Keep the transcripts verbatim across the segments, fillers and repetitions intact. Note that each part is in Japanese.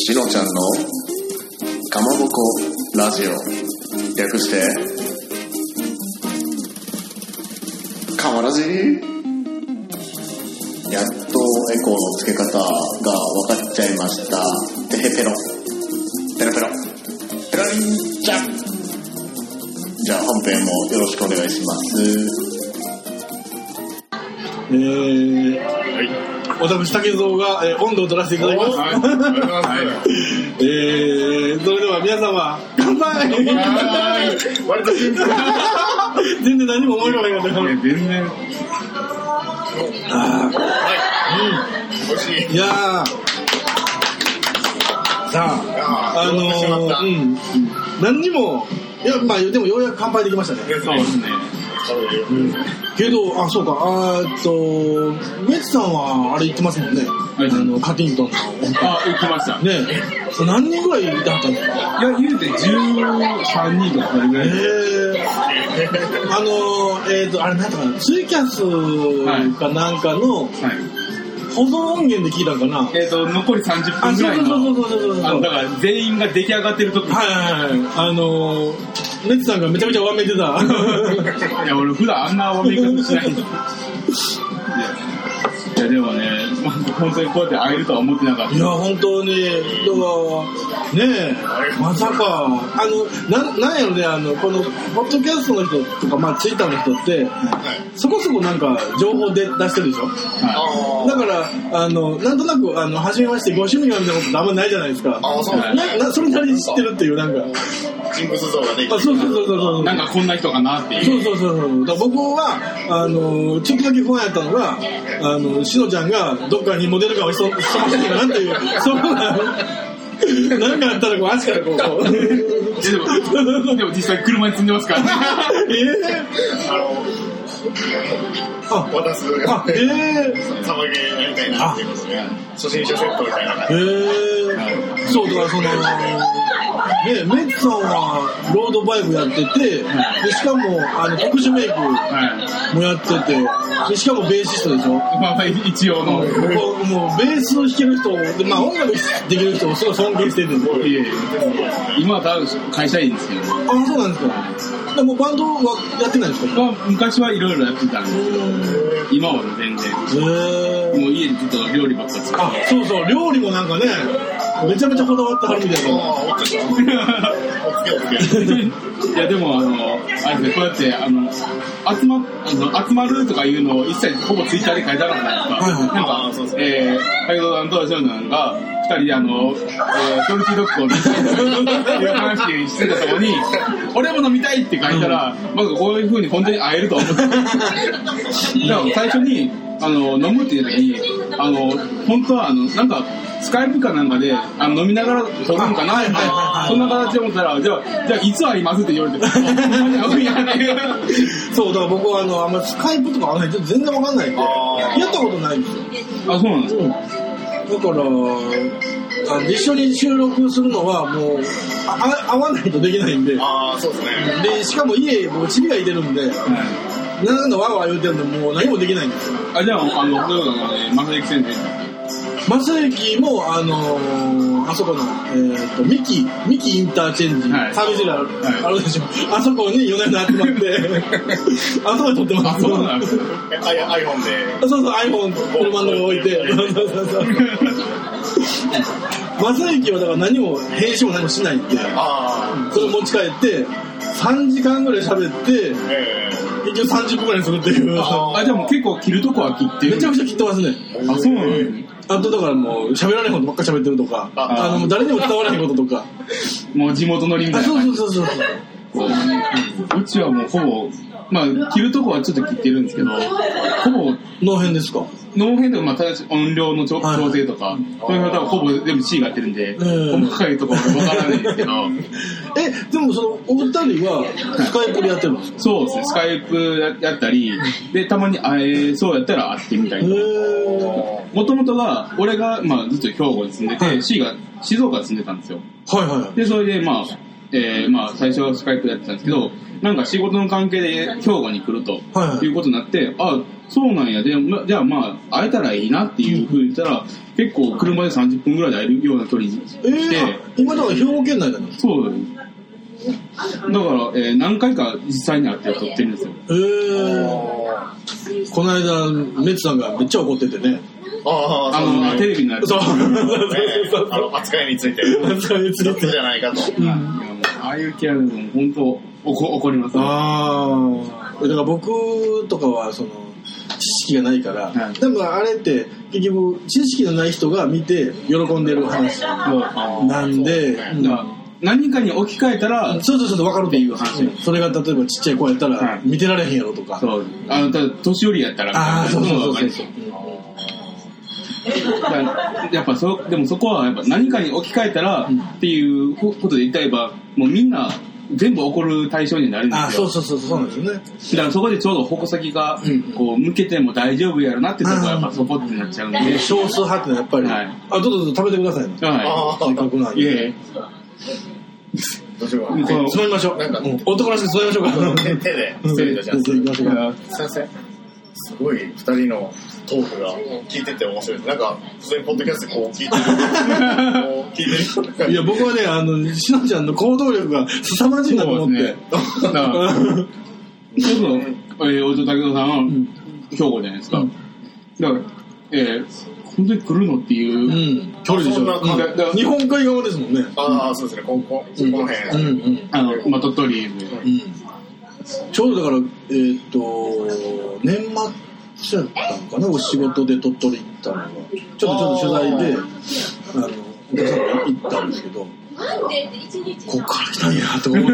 しのちゃんのかまぼこラジオ、略してかまラジ。やっとエコーの付け方が分かっちゃいました。てへペロペロペロペロリンちゃん。じゃあ本編もよろしくお願いします。 えー、はい、私竹蔵が、えー、温度を取らせていただきます。はいはいえー、それでは皆様乾杯。割とシンプル。全然何も思い浮かばなかった。全然。あー、はい、うん、美味しい。いやー、さあ、あのー、うん、何にも、いや、まあでもようやく乾杯できましたね。そうですね。うん、けど、あ、そうか、あーっとメツさんはあれ行ってますもんね、はい、あのカティントンの。 あ、行きましたね。 何人ぐらいいてはったんですか？ いや、言うてじゅうさんにんとかそれぐらい。へー。あのえーっとあれなんだかな、ツイキャスかなんかの、はいはい、保存音源で聞いたんかな。 えっ、ー、と残りさんじゅっぷんぐらいの。そうそうそうそうそう。あのだから全員が出来上がってる時。 はいはいはい。あのメツさんがめちゃめちゃわめいてた。いや俺普段あんなわめい方しない。いや、いやでもね、まあ、本当にこうやって会えるとは思ってなかった。 いや本当にだからねえ、まさかあのななんやろね、あのこのポッドキャストの人とか、まあツイッターの人って、はい、そこそこなんか情報で出してるでしょ。はい、だからあのなんとなくあの初めましてご趣味がみたいなことあんまないじゃないですか。あそうななそれなりに知ってるっていうなんか人物像ができてる。 あそうそうそうそう。 なんかこんな人かなっていう。 そうそうそうそう。だから僕はあのちょっとだけ不安やったのが、あのしのちゃんがどっかにモデルが潜ませてるかなっていうそこが。なんかあったらこう足からこうでも, でも実際車に積んでますからね。えー、あのあ渡すあえーサバゲーやりたいなっていうことで初心者セットみたいな感じ。 えー、そうだからそのねメッツさんはロードバイクやってて、はい、でしかもあの特殊メイクもやってて、でしかもベーシストでしょ。 まあ一応のもうベースを弾ける人で、まあ音楽できる人をすごい尊敬してるんですよ。いやいや今は多分会社員ですけど。 あ、そうなんですか。でもバンドはやってないんですか？ まあ、昔はいろいろやってたんですけど、今は全然。もう家でずっと料理ばっかり作って。 あ、そうそう、料理もなんかね、めちゃめちゃこだわってはるみたいな。 いやでもあのあれですね、こうやってあの集まあの集まるとかいうのを一切ほぼツイッターで書いてなかったじゃないですか。はいはい、なんかえー、先ほどさんとしのちゃんが二人であの、えー、ソルティドッグを見ていう話してたところに俺も飲みたいって書いたら、うん、まずこういう風に本当に会えると思って。だから最初にあの飲むっていう時にあの本当はあのなんかスカイプかなんかであの飲みながら撮るんかなみたいな、そんな形で思ったら、じゃあじゃあいつ会いますって言われて、 そうだから僕はあのあんまスカイプとかあんまり全然わかんないんでやったことないんですよ。 あ、そうなんですか。うん、 だからあ一緒に収録するのはもうあ会わないとできないんで。 あ、そうですね。 でしかも家もうチビがいてるんで。はい、なんだわーわー言うてるんでもう何もできないんですよ。 あ、じゃああのどういうのかね、マサイキ先生。 マス駅もあのー、あそこの、えー、とミキミキインターチェンジ、はい、サービスエリアある、はい、あるでしょ。あそこによねん集まってあそこで撮ってます。 そうなんですよ。 iPhone で。 そうそう iPhone 車の上置いて。マス駅はだから何も編集も何もしないんで、あそれ持ち帰ってさんじかんぐらい喋って、えー、結局さんじゅっぷんぐらいにするっていう。 ああ、じゃあもう結構切るとこは切ってる。 めちゃくちゃ切ってますね。 あ、そうなの、ね。 あとだからもう喋らないことばっかり喋ってるとか、ああの誰にも伝わらないこととか、 もう地元のリング。 あ、そうそうそうそう。 うちはもうほぼ、まあ切るとこはちょっと切ってるんですけど、ほぼノーヘンですか？ ノーヘンでもまあただ音量の調整とか、はい、そういうのはほぼ全部 C がやってるんで、細かいところがわからないんですけど。 え、でもそのお二人はスカイプでやってるんですか？ そうですね、スカイプやったり、でたまに会えそうやったら会ってみたいな。もともとが俺がまあずっと兵庫に住んでて、はい、C が静岡に住んでたんですよ。 はいはい。 でそれでまあえー、まあ最初はスカイプやってたんですけど、なんか仕事の関係で兵庫に来るということになって、はい、あ、そうなんやで、ま、じゃあまあ会えたらいいなっていうふうに言ったら、結構車でさんじゅっぷんぐらいで会えるような距離に来て、えー、 今だから兵庫県内だね。 そうだね。だから、えー、何回か実際に会って撮ってるんですよ。 へー。この間メツさんがめっちゃ怒っててね。 ああ、の、テレビになる。 そう。あの、扱いについて。扱いについてじゃないかと。うん、 ああいう系はもう本当怒怒ります、ね。 ああ。だから僕とかはその知識がないから、はい、でもあれって結局知識のない人が見て喜んでる話なんで、うん、 何かに置き換えたら、 そうそうそう分かるっていう話。それが例えばちっちゃい子やったら見てられへんやろとか。 そう。あの、ただ年寄りやったら、 ああ、そうそうそうそう。 やっぱそでもそこはやっぱ何かに置き換えたらっていうことで言ったらばもうみんな全部怒る対象になるんですよ。 あ、そうそうそうそうなんですよね。 だからそこでちょうど矛先がこう向けても大丈夫やろなってとこはやっぱそこってなっちゃうんで。 少数派ってやっぱり、はい、あ、どうぞどうぞ食べてくださいね。 はい。 せっかくなんで。 いえ。 どうしようか。 つまみましょう。なんか、うん、男らしくつまみましょうか。 手で失礼いたします。すいません。すごい二人のトークが聞いてて面白いです。なんか普通にポッドキャストこう聞いてるこう聞いてる。 いや僕はね、あのしのちゃんの行動力が凄まじいなと思って。 そうですね。だからそうそう、えー、おじょたけどさんは兵庫じゃないですか。うん、だから、えー、本当に来るのっていう、うん、 距離でしょ。うん、だだ日本海側ですもんね。 ああ、そうですね。こここの辺。うんうん、 あのまあ鳥取で。うんちょうどだから、えー、っと年末やったのかな、お仕事で鳥取行ったのがちょっとちょっと取材であのお客さんが行ったんですけど、ここから来たんやと思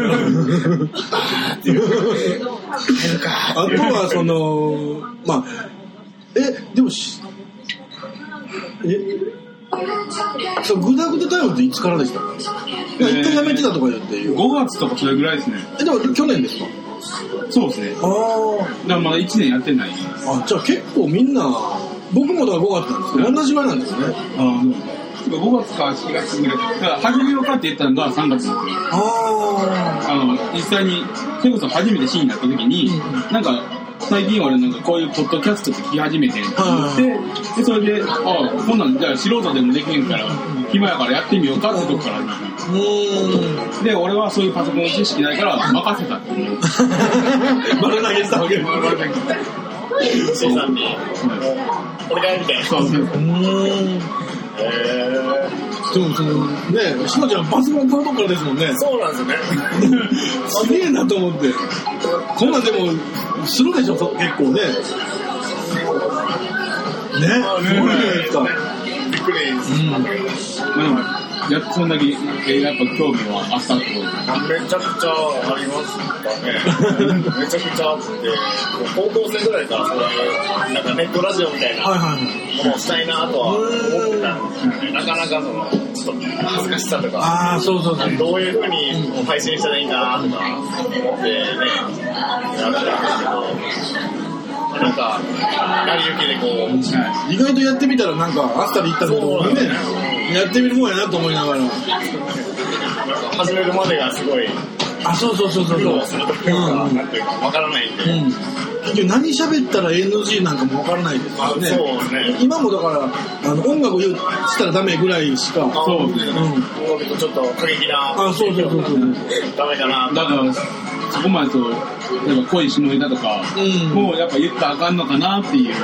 ってあとはそのまあえでもしえそうグダグダタイムっていつからでしたか？一回やめてたとか言っていうごがつとかそれぐらいですね。 えでも去年ですか？ そうですね。ああ。だからまだいちねんやってない。 あ、じゃあ結構みんな、僕もだからごがつなんですけど、同じぐらいなんですよね。 ああ、ごがつかしがつぐらい。だから始めようかって言ったのがさんがつなんですよ。ああ。あの、実際に、それこそ初めてシーンになった時に、うん、なんか、最近俺なんかこういうポッドキャストって聞き始めてって言って、で、それで、ああ、こんなんじゃあ素人でもできんから、暇やからやってみようかってとこからなんか。で、俺はそういうパソコンの知識ないから任せたっていう。 丸投げしたわけ。 丸投げした。 シーさんに、俺がやりたい。 そうそう。 へー。 でもそのね、しのちゃんパソコン買うとこからですもんね。 そうなんですよね。 すげえなと思って。こんなんでもするでしょ、結構ね。ね、すごいじゃないですか。 びっくり。うん。 やっとそんだけ、えー、やっぱ興味はあったってことですか？めちゃくちゃありましたね。めちゃくちゃあって、高校生ぐらいからそういうなんかネットラジオみたいなものをしたいなとは思ってたんですけどね。なかなかそのちょっと恥ずかしさとか、 ああそうそうそう、 どういう風に配信したらいいんだとか思ってね、やってたんですけど。なんか成り行きでこう、 意外とやってみたらなんかあっさりいったのとかね、やってみるもんやなと思いながら始めるまでがすごい、 あ、そうそうそうそうそう、 するというか、なんていうか分からないんで、うん、 結局何喋ったら エヌジー なんかも分からないですからね。 そうね、 今もだからあの音楽をしたらダメぐらいしか、 そうですね、うん、音楽とちょっと過激な、 あ、そうそうそうそう、 ダメかな。 だからそこまでとなんか恋しのいだとか、うん、もうやっぱ言ったらあかんのかなっていう、うん、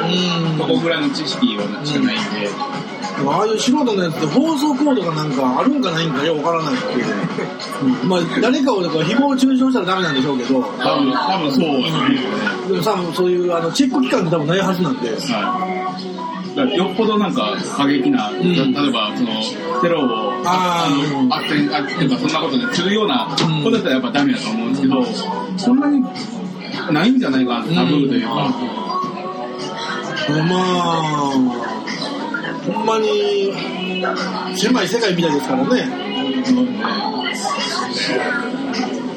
そこぐらいの知識はしかないんで、 うん、ああいう素人のやつって放送コードがなんかあるんかないんかよくわからないっていう、うん、まあ誰かをだから誹謗中傷したらダメなんでしょうけど、 多分多分そうですね、 うん、でも多分そういうあのチェック機関って多分ないはずなんで、はい、 よっぽどなんか過激な、うん、例えばそのテロをあのあってあっていうかそんなことでするようなことだったらやっぱダメだと思うんですけど、そんなにないんじゃないかな、タブーというか、 うん、まあほんまに狭い世界みたいですからね。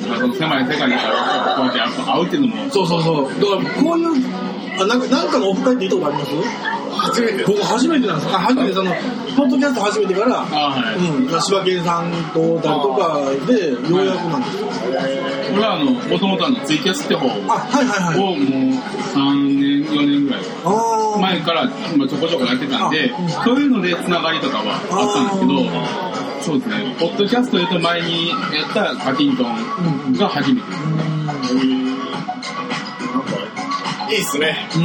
その狭い世界だからこうやって会うっていうのもそうそうそうだからこういうあなんかなんかのオフ会って言ったことあります初めて僕初めてなんですあ初めてそのポッドキャスト初めてからあ、はいうん、柴犬さんとたりとかでようやくなんですよ俺はあのもともとツイキャスって方をあはいはいはいもうさんねんよねんぐらいあ前からちょこちょこやってたんでそういうのでつながりとかはあったんですけどそうですねポッドキャストで言うと前にやったカキントンが初めていいっすね。 うん。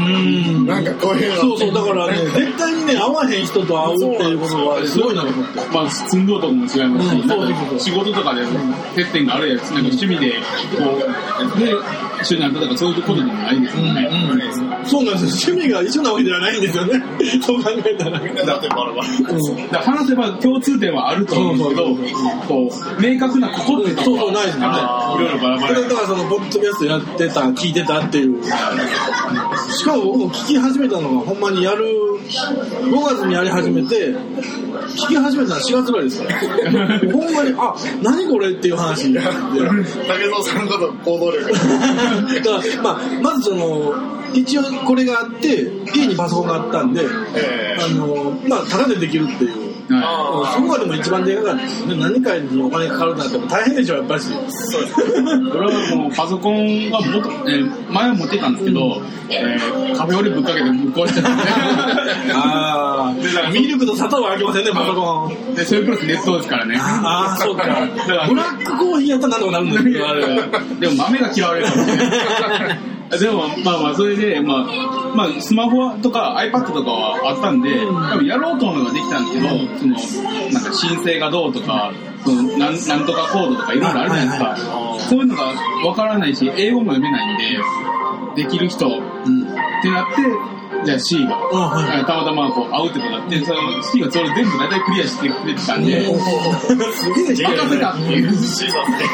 なんかこういうの。そうそう、だからね、絶対にね、会わへん人と会うっていうことがすごいなと思って。 まあ、寸胴とかも違いますし、うん、なんか仕事とかで接点があるやつ、なんか趣味で、こう、で、一緒になったとかそういうことでもないですよね。 うんうん、そうなんですよ。趣味が一緒なわけではないんですよね。そう考えたら。 みんなだってバラバラ。 話せば共通点はあると思うんですけど、こう、明確なここってそうそう、ないですよね。 いろいろバラバラ。 だからその、ポッドキャストやってた、聞いてたっていう。しかも僕も聞き始めたのがほんまにやるごがつにやり始めて聞き始めたのはしがつぐらいですからほんまにあ何これっていう話で竹蔵さんのこと行動力だから、まあ、まずその一応これがあって家にパソコンがあったんで、えー、あのまあタダでできるっていうはい、そこがでも一番でかかったですね。何かにお金かかるなんても大変でしょやっぱり。そうです。 俺はもうパソコンはもと、えー、前は持ってたんですけど、うんえー、カフェオレぶっかけてぶっ壊しちゃったんで。 ああ。でだからミルクと砂糖は開けませんねパソコン。 でそれプラス熱湯ですからね。 ああそうか。ブラックコーヒーやったらなんとかなるんですけどあれ。 でも豆が嫌われるかもしれない。でもまあまあそれでまあまあスマホとか iPad とかはあったんで、多分やろうと思うのができたんですけど、そのなんか申請がどうとか、そのなんなんとかコードとかいろいろあるじゃないですか。そういうのがわからないし英語も読めないんでできる人、うん、ってなってじゃあ C が、はい、たまたまこう会うってことになってその C がそれ全部大体クリアしてくれてたんで、 すげえ任せたっていう。 C だね。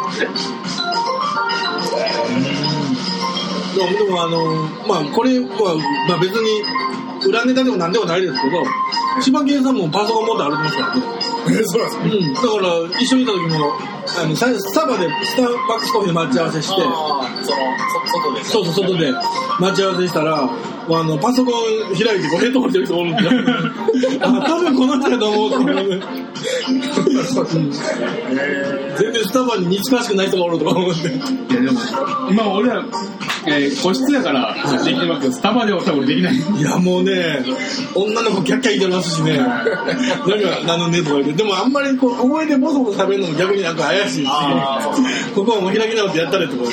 でもあのまあこれは、まあ、別に裏ネタでも何でもないですけど柴犬さんもパソコン持って歩いてますからねえそうなんですか、うん、だから一緒にいた時もあのスタバでスターバックスコーヒーで待ち合わせしてあその外でそうそう外で待ち合わせしたらあのパソコン開いてこうヘッドホンしてる人おるんであ多分この人だと思うと思う、うん、全然スタバに近しくない人がおるとか思うんでいやでも今俺らえー、個室だからできるわけど、スタバでは多分できない。 いやもうね、女の子キャッキャ言ってますしね、なんかなのねとか言って、でもあんまりこう思い出ボソボソ食べるのも逆になんか怪しいし、ここはもう開き直ってやったれってこと。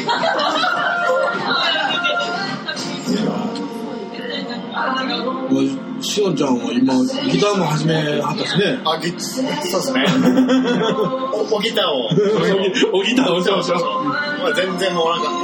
しのちゃんは今ギターも始めはったしね。 あ、ギそうですね。お, おギターを。 おギターをそうそう。まあ全然もうなんか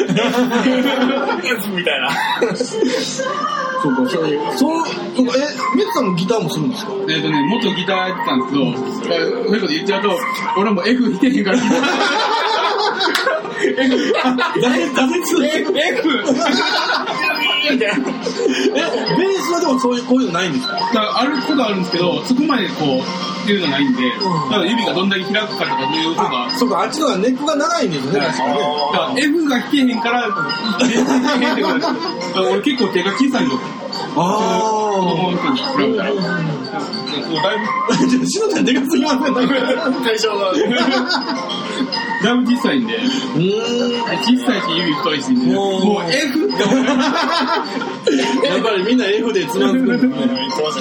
みたいな。 そうか、そういう。そう、そうか、え、メッツさんもギターもするんですか？ えっとね、元ギターやってたんですけど、そういうこと言っちゃうと、俺も F 弾けへんからギター。F、 挫折 F、F。 え、ベースはでもそういうこういうのないんですか？ だからあることはあるんですけど、そこまでこうっていうのないんで、うん、だから指がどんだけ開くかとかいうことが、 そうか、あっちのがネックが長いんですね。だから F が弾けへんから、ベース弾けへんってことです。俺結構手が小さいの。 ああ。 子供の人に比べたら。もうだいぶ。じゃあ、しのちゃんでかすぎませんね。 対象が。 だいぶ小さいんで。 うーん。 小さいし指太いし、ね、もう F って思う。 やっぱりみんな F でつまずくんですね。 言ってますね。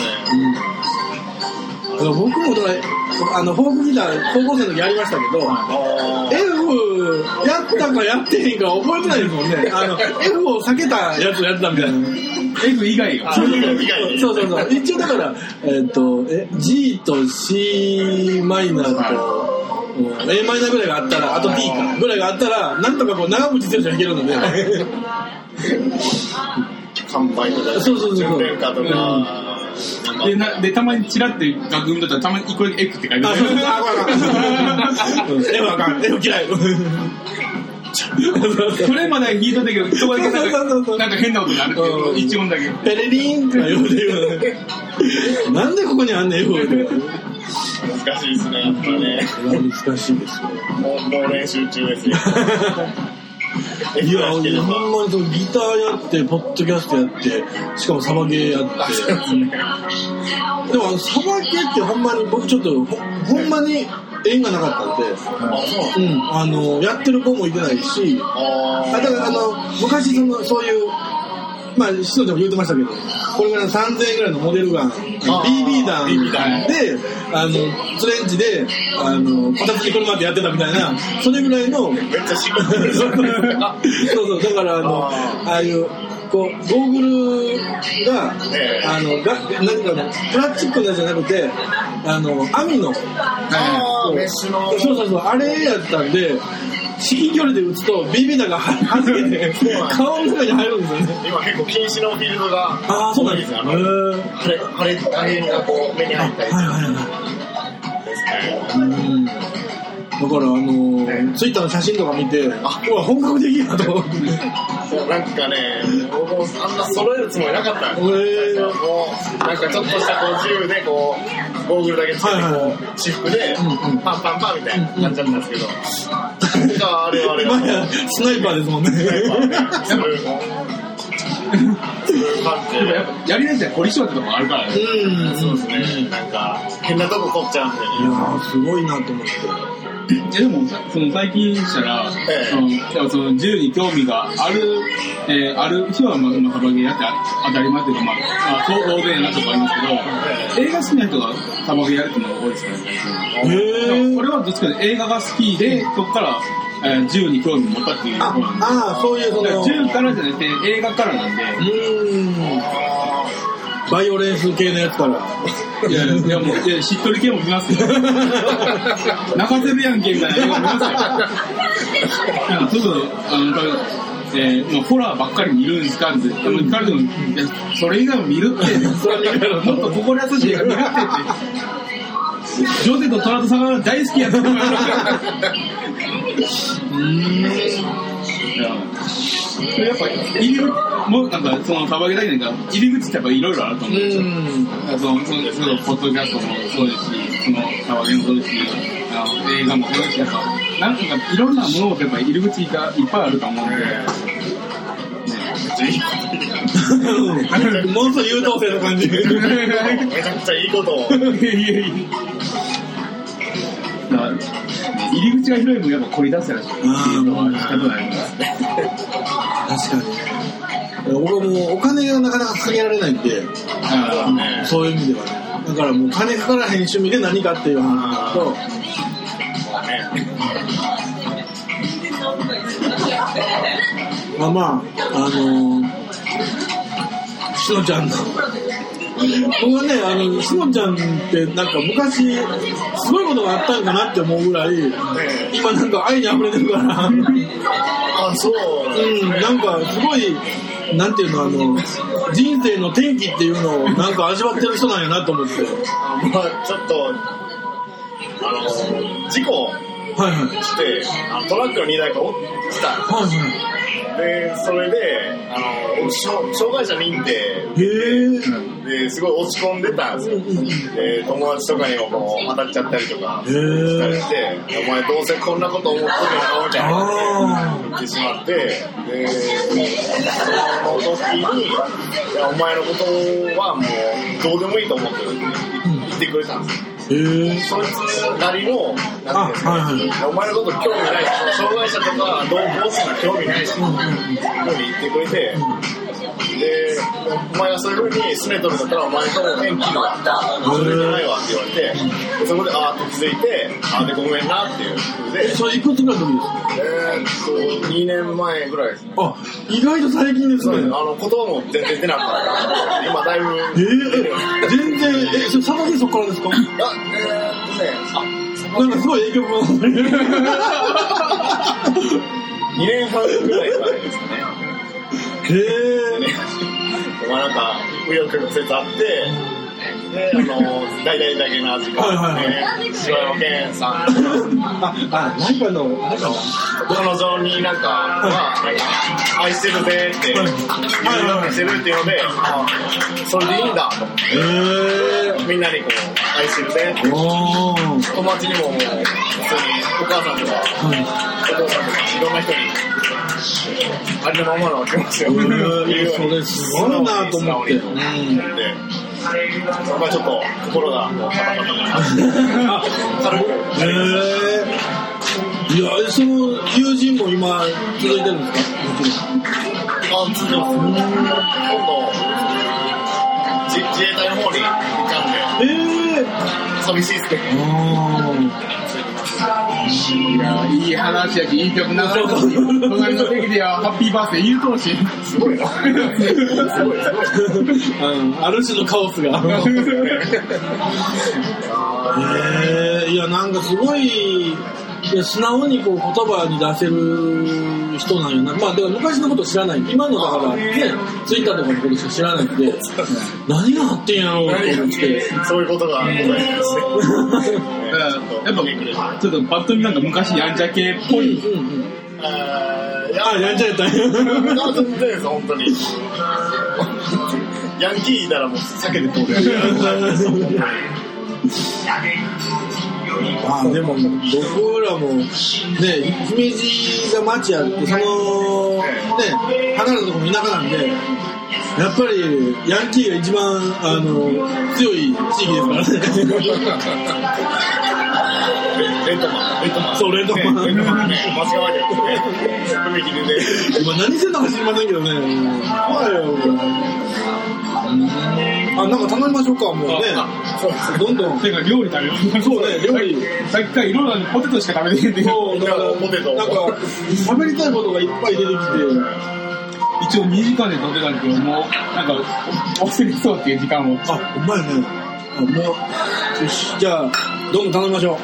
うん、僕もだからあのフォークギター高校生の時やりましたけど F やったかやってへんか覚えてないですもんね。あの F を避けたやつをやってたみたいな。 F 以外が。 そうそうそう。一応だからえっとえ G と C マイナーと、はいうん、A マイナーぐらいがあったらあと D かぐらいがあったらなんとかこう長渕剛が弾けるので。 乾杯とか。 そうそうそう。 純恋歌とか。うんで, なでたまにチラって楽譜見とったらたまにこれ F って書いてある。 あ、F あかん。F 嫌い。 それまで弾いとったけど、そこだけなんかなんか変な音になるっていう一音だけ。 ペレリーンって言うてる。なんでここにあんねん F って。 難しいですね、やっぱね。 難しいですよ。 もう、もう練習中ですよ。 いや、ほんまにそのギターやって、ポッドキャストやって、しかもサバゲーやって。でもサバゲーってほんまに僕ちょっと ほ, ほんまに縁がなかったんで、うん、あのやってる子もいてないし、あだからあの昔そのそういうまあしのちゃんも言ってましたけど、これぐらいのさんぜんえんぐらいのモデルガン ビービー 弾であのトレンチであのこたつに車ってやってたみたいな、それぐらいのめっちゃ仕事です。そうそう、だからあのああいうこうゴーグルが、えー、あのが何かのプラスチックのやつじゃなくてあの網のあメッシュのそうそうそうあれやったんで至近距離で撃つと ビービー 弾がはじけて顔の中に入るんですよね。 今結構禁止のフィールドがああそうなんですね。 あれあれあれがこう目に入ったりはいはいはいうんだからあのーね、ツイッターの写真とか見て、あ、うわ本格的やと思って。 なんかね、僕もあんな揃えるつもりなかったんですよ。もうなんかちょっとしたこう銃でこうゴーグルだけつけてこう、はいはい、私服でパンパンパンみたいな感じだったんですけど、なんかあれあれまあスナイパーですもんね。スナイパーね。 やっぱやりなさい凝り性ってとこあるからね。 うん、そうですね。なんか変なとこ凝っちゃうんで、ね。 いやーすごいなと思って。 えでもその最近したら、ええ、そのその銃に興味がある、えー、ある人はまあサバゲーやって当たり前というかまあ、まあ、当然なとこありますけど、ええ、映画好きな人がサバゲーやるっていうのが多いですからね。へえ。これはどっちかで映画が好きでそこから、えー、銃に興味を持ったっていうところなんです。 ああそういうその銃からじゃなくて映画からなんで。うーん。 バイオレンス系のやつから。 いやいやもういやしっとり系も見ますよ。泣かせるやんけみたいな映画見ますよ。なんかちょっとあのえー、もうホラーばっかり見るんですかって聞かれても、いやそれ以外も見るって、それ以外ももっと心優しい映画見るってって。ジョゼとトラとサバが大好きやったと思います。うーん。やっぱ入り口もなんかそのサバゲーだけなんか入り口ってやっぱいろいろあると思うんですよ。そのそのそのポッドキャストもそうですし、そのサバゲーもそうですし、あの映画もそうですし、なんかなんかいろんなものってやっぱ入り口がいっぱいあると思うんで。 ものすごい優等生の感じ。 めちゃくちゃいいことを。 入り口が広い分やっぱ凝り出せらしいっていうのは仕方ないですね。 確かに。僕はもうお金がなかなかかけられないんで、あそういう意味ではね。だからもう金かからへん趣味で何かっていう話と、まあまああのー、しのちゃんの。僕はね、あの、しのちゃんってなんか昔すごいことがあったんかなって思うぐらい、今なんか愛に溢れてるから。 あ、そう。 うん、なんかすごい、なんていうの、あの、人生の転機っていうのをなんか味わってる人なんやなと思って。 まあちょっと、あの、事故して、はいはい、トラックの荷台が落ちたんです。はいはいで、それで、あの、障害者認定で、すごい落ち込んでたんですよ。で、友達とかにもこう当たっちゃったりとかしたりして、お前どうせこんなこと思ってるのみたいな言ってしまって、で、その時に、お前のことはもうどうでもいいと思ってるって言ってくれたんですよ。へーそいつなりの、なんていうんですか、お前のこと興味ないし、障害者とかどうこうするの興味ないし、そういうふうに言ってくれて、で、お前がそういうふうに拗ねとるんだったら、お前と天気がそれじゃないわって言われて、でそこで、あーって気づいて、あーでごめんなっていうふうで。 それいくつぐらいの時ですか？ えーっと、にねんまえぐらいですね。 あ、意外と最近ですね。 あの、言葉も全然出なかった。今だいぶ。 えー、全然、え、それサバゲーそっからですか？ あ、えーっとね、 あ、なんかすごい影響が。 にねんはんぐらい前ですかね。 へー。 まあなんか、紆余曲折あって、 で、あの、大々だけな時間で、柴山健さん。 あ、あ、なんかの、なんかの、 彼女になんか、は、愛してるぜって、言うようにしてるっていうので、それでいいんだと思って、みんなにこう、愛してるぜって、友達にももう、普通にお母さんとか、お父さんとか、いろんな人に、ありのままのわけますよ。それすごいなと思って。 まあちょっと心がもうカタカタに軽く。 いや、その友人も今続いてるんですか？ あ、続いてます。今度自衛隊の方に行ったんで、えー、寂しいですけど。 いや、いい話やし、いい曲流れたし、隣の席ではハッピーバースデー言うとうし。 すごいな。すごい、すごい。 うん、ある種のカオスが。えー、いや、なんかすごい、いや素直にこう言葉に出せる人なんやな。まあ、だから昔のこと知らない。今のだからね、ツイッターとかのことしか知らないんで、何があってんやろうと思って。 そういうことがございますね。 やっぱ、ちょっとパッと見なんか昔やんちゃ系っぽい。うんうんうん、 あ、やんちゃやったんや。 全然です、本当に。ヤンキーいたらもう避けて通る。 ああ、でも僕らもね、姫路が町あって、そのね、離れたところも田舎なんで、やっぱりヤンキーが一番あの強い地域ですからね。 レントマン、レントマン。 そう、レントマン。 レントマンね、間違われてね、踏切で。 今何してんのか知りませんけどね。怖いよ。あ、なんか頼みましょうか、もうね。どんどん。 てか料理食べよう。 そうね、料理。 さっきからいろいろポテトしか食べてへんっていう。 そう、だからポテト。なんか、喋りたいことがいっぱい出てきて。 一応にじかんで撮ってたんだけど、もう、なんか、忘れそうっていう時間を。 あ、うまいね。あ、もう、よし、じゃあ、どんどん頼みましょう。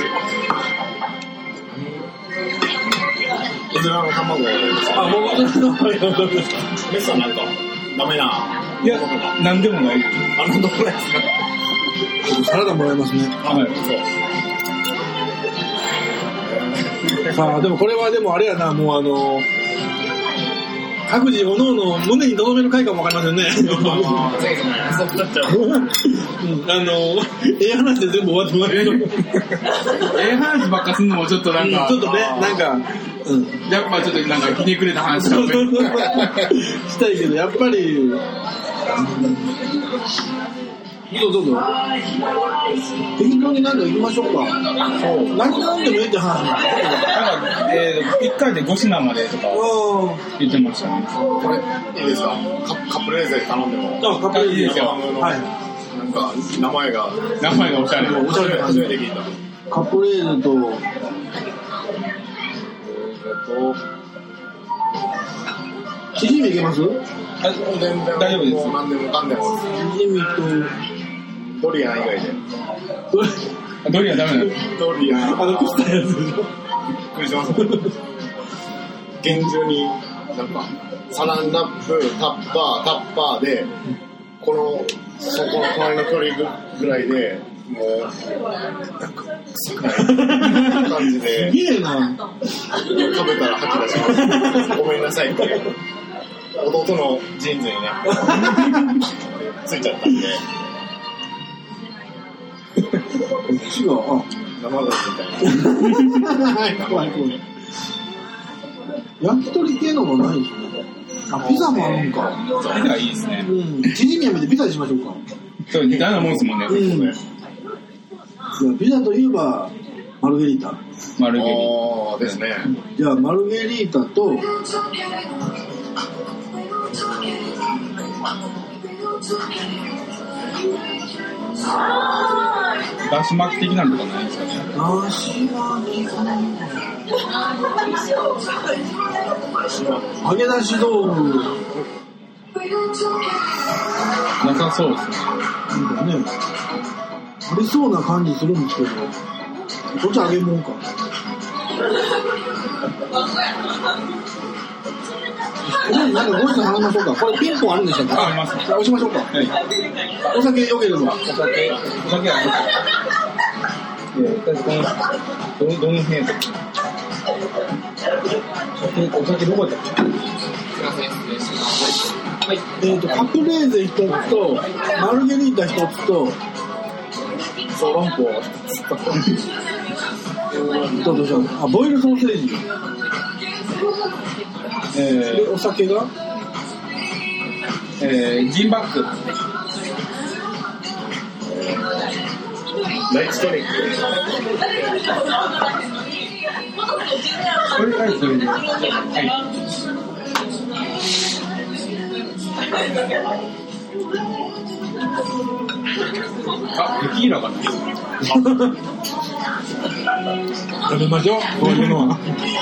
大人の卵ですか？ あ、もう大人の卵ですか？ メスはなんか、ダメな。 いや、なんでもない。 あ、なんでもないですか？ サラダもらいますね。 はい。 そう。さあ、でもこれはでもあれやな、もうあの、各自おのおの胸に留める回かもわかりませんね。 そうなっちゃう。うん、 あの、ええ話で全部終わってもらえる。 ええ話ばっかすんのもちょっとなんか、 ちょっとね、なんか、 うん、やっぱちょっとなんかひねくれた話だったしたいけど、やっぱり、どうぞどうぞ。適当に何か行きましょうか。そう。何なんでもいいって話なんですなんか、えー、いっかいでご品までとか言ってましたね。 これ、いいですか？カプレーゼ頼んでも。 あ、カプレーゼですよ。 はい。なんか、名前が。 名前がおしゃれ。 おしゃれな初めて聞いた。 カプレーゼと、チヂミいけます？ 大丈夫です。もう何でもかんでも。 チヂミと、 ドリアン以外で。 ドリアンダメなの？ ドリアン。 あの、食ったやつでしょ？ びっくりしますもん。厳重に、なんか、サランラップ、タッパー、タッパーで、この、そこの隣の距離ぐらいで、もう、なんか、臭くない感じで。 すげえな。 食べたら吐き出します。ごめんなさいって。弟のジーンズにね、ついちゃったんで。 こっちが、あ、 生ガキみたいな。 はい、怖い怖い。焼き鳥系のもないですね。あ、ピザもあるんか。 ピザいいですね。 うん。チヂミやめてピザにしましょうか。 そう、似たようなもんですもんね。 うん。いや、ピザといえば、マルゲリータ。 マルゲリータ。ああ、ですね。 じゃあ、マルゲリータと、 だし巻き的なのとかないですかね。 だし巻きかな。揚げ出し豆腐。 なさそうですね。 なんかね、ありそうな感じするんですけど、こっち揚げ物か。 なんかご一緒話しましょうか。これピンポンあるんでしょうか。 あります。 押しましょうか。はい。お酒よければ。お酒、お酒ありますか。えー、確かにどのどの辺。お酒どこだった。はい。えっとカプレーゼ一つとマルゲリータ一つと小籠包どうぞどうぞ。あ、ボイルソーセージ。えー、でお酒が、 えー、ジンバック。 ライチトニック。 これがそれで。はい。あ、テキーラかな。 食べましょう。こういうのは。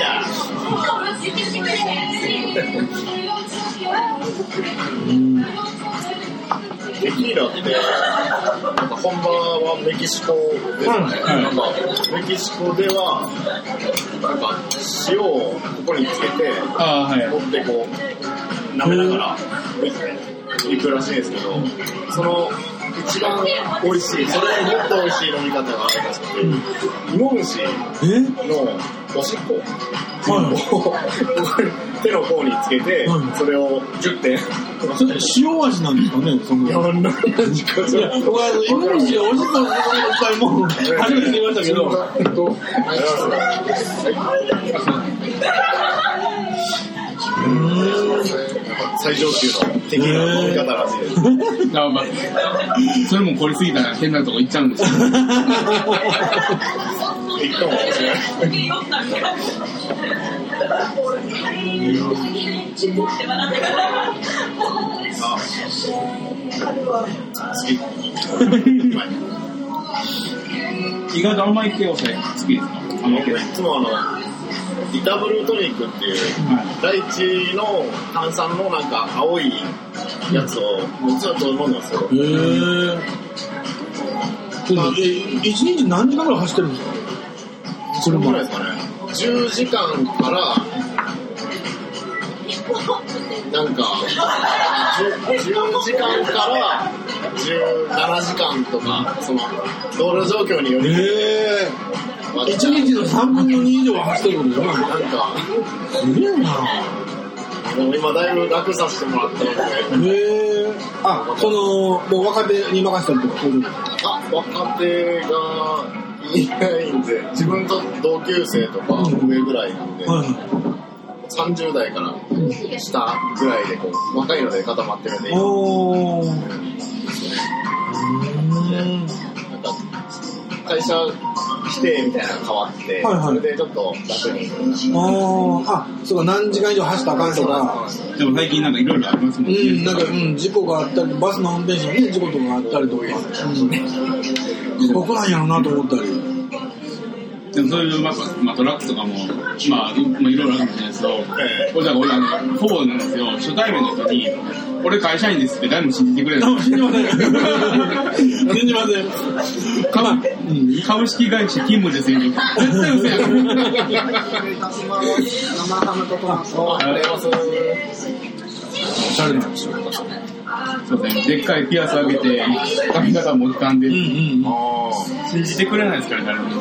うん、テキーラってなんか本場はメキシコですね、うん、なんかメキシコではなんか塩をここにつけてあ、はい、 持ってこう舐めながら行くらしいんですけど、その一番美味しい、それもっと美味しい飲み方があるらしくて、芋虫のおしっこを手の甲につけて、それをじゅってん。 それ塩味なんですかね。そのいや、何味か。 いや、僕は芋虫でおしっこの回も初めて見ましたけど。 最上級の的な飲み方らしいです。 あ、まあ、それも凝りすぎたら変なとこ行っちゃうんですよ。 行くかもしれない。あ、好き。 意外と甘い系お酒好きですか？甘い系。 いつもあのイタブルトニックっていう、はい、大地の炭酸のなんか青いやつをずっと飲んでますよ。へぇー。一日何時間ぐらい走ってるんですか？ それぐらいですかね。じゅうじかんからなんかじゅうじかんからじゅうななじかんとか、その道路状況により。 へぇー。一日のさんぶんのに以上は走ってることじゃない。 なんかすげえな。 でも今だいぶ楽させてもらったので。 へえ。あ、そのもう若手に任せたりとかそういうこと。 あ、若手がいないんで、自分と同級生とか上ぐらいなんで、うん、さんじゅう代から下ぐらいでこう若いので固まってるんで。おー。なんか会社規定みたいなのが変わって、はいはい、それでちょっと楽に。 ああ、そうか、何時間以上走ったらあかんとか。 でも最近なんかいろいろありますもんね。 うん、なんか、うん、事故があったり、バスの運転手のね、事故とかあったりとか。僕なんやろうなと思ったり。 でもそういう、まあ、まあ、トラックとかも、まあ、いろいろあるかもしれないですけど、ええ、これだから俺、あの、ほぼなんですよ、初対面の人に、俺会社員ですって誰も信じてくれない。 信じません。信じません。 株、うん、株式会社勤務ですよ。絶対嘘やん。 生ハムとトマト。ありがとうございます。 おしゃれなんですよ。 そうですね。でっかいピアス上げて、髪型も浮かんで、うんうん、信じてくれないですから、誰も。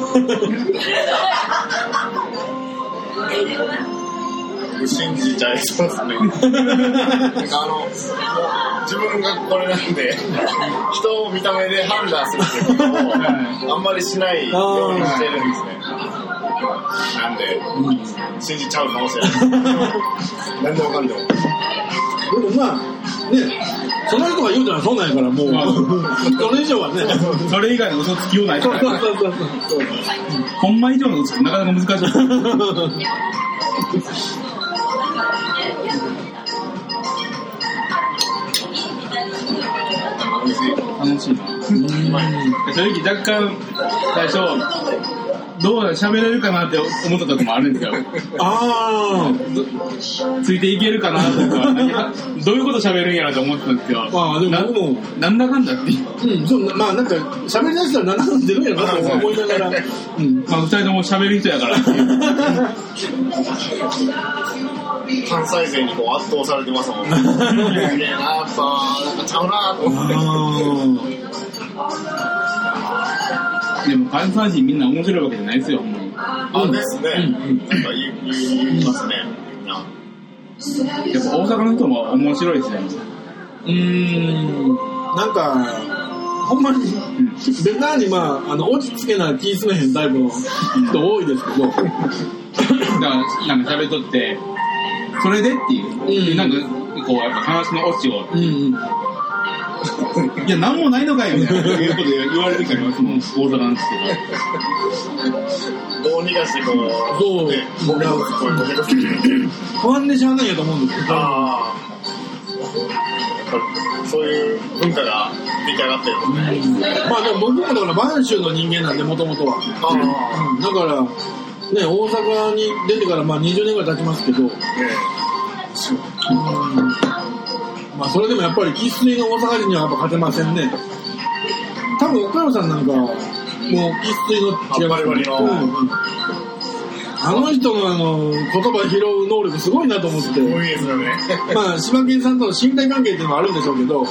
信じちゃいそうですね。なんかあの、自分がこれなんで、人を見た目で判断するっていうことをあんまりしないようにしてるんですね。なんで、うん、信じちゃうかもしれない。何でもかんでも。 でもまあ、ね、その人が言うたらそうなんやから、もう、まあ、それ以上はね。 それ以外の嘘つきようないから。そうそうそうそう。ほんま以上の嘘つきなかなか難しい。楽しいな。正直若干最初どうだ喋れるかなって思った時もあるんですよ。ああ、ついていけるかなとか、どういうこと喋るんやなと思ってたんですよ。ああ、でも僕もなんだかんだって。うん、そう、まあなんか喋り出したらなんだかんだ出るんやなと思いながら、うん、まあ二人とも喋る人やからっていう。 関西勢にこう圧倒されてますもんね。すげえな、やっぱ、なんかちゃうなと思って。 でも関西人みんな面白いわけじゃないですよ、ほんまに。 あ、ですね。うん、なんか言いますね。 やっぱ大阪の人も面白いですね。 うーん、なんか、ほんまに、ベターにまあ、あの、落ち着けな気すめへんタイプの人多いですけど。だから、なんか喋っとって、それでっていう、うん、なんか、こう、やっぱ話のオチを、うんうん、いや、なんもないのかいみたいな、いうことで言われるから、その大阪なんですけど。どうにかしてこう、 そう、ね、不安でしゃあないやと思うんですけど。 あそういう文化が出来上がってるんですね。 まあでも僕もだから満州の人間なんで、もともとは。あ、うん、だから、ね、大阪に出てからまあにじゅうねんぐらい経ちますけど、ね、うん、まあそれでもやっぱり生粋の大阪人にはやっぱ勝てませんね。多分岡山さんなんか、もう生粋の違いますね。あの人のあの言葉拾う能力すごいなと思って。すごいですよね。 まあ柴犬さんとの身体関係っていうのもあるんでしょうけど。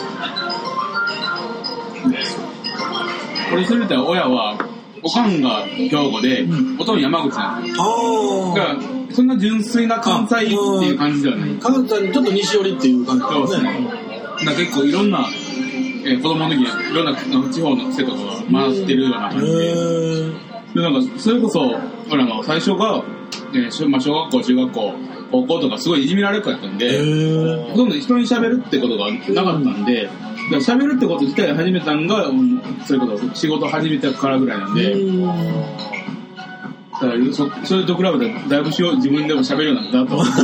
これすると親はおかんが兵庫で、うん、おとん山口なんです。ああ。だからそんな純粋な関西っていう感じではない。 関西にちょっと西寄りっていう感じですね。 だから結構いろんな、えー、子供の時にいろんな地方の癖とかが回ってるような感じで。でなんかそれこそ俺の最初が、えーまあ、小学校中学校高校とかすごいいじめられっ子やったんで、ほとんど人に喋るってことがなかったんで、喋るってこと自体始めたんが、うん、それこそ仕事始めたからぐらいなんで、だから そ, それと比べてだいぶしよう自分でも喋るようになったと思って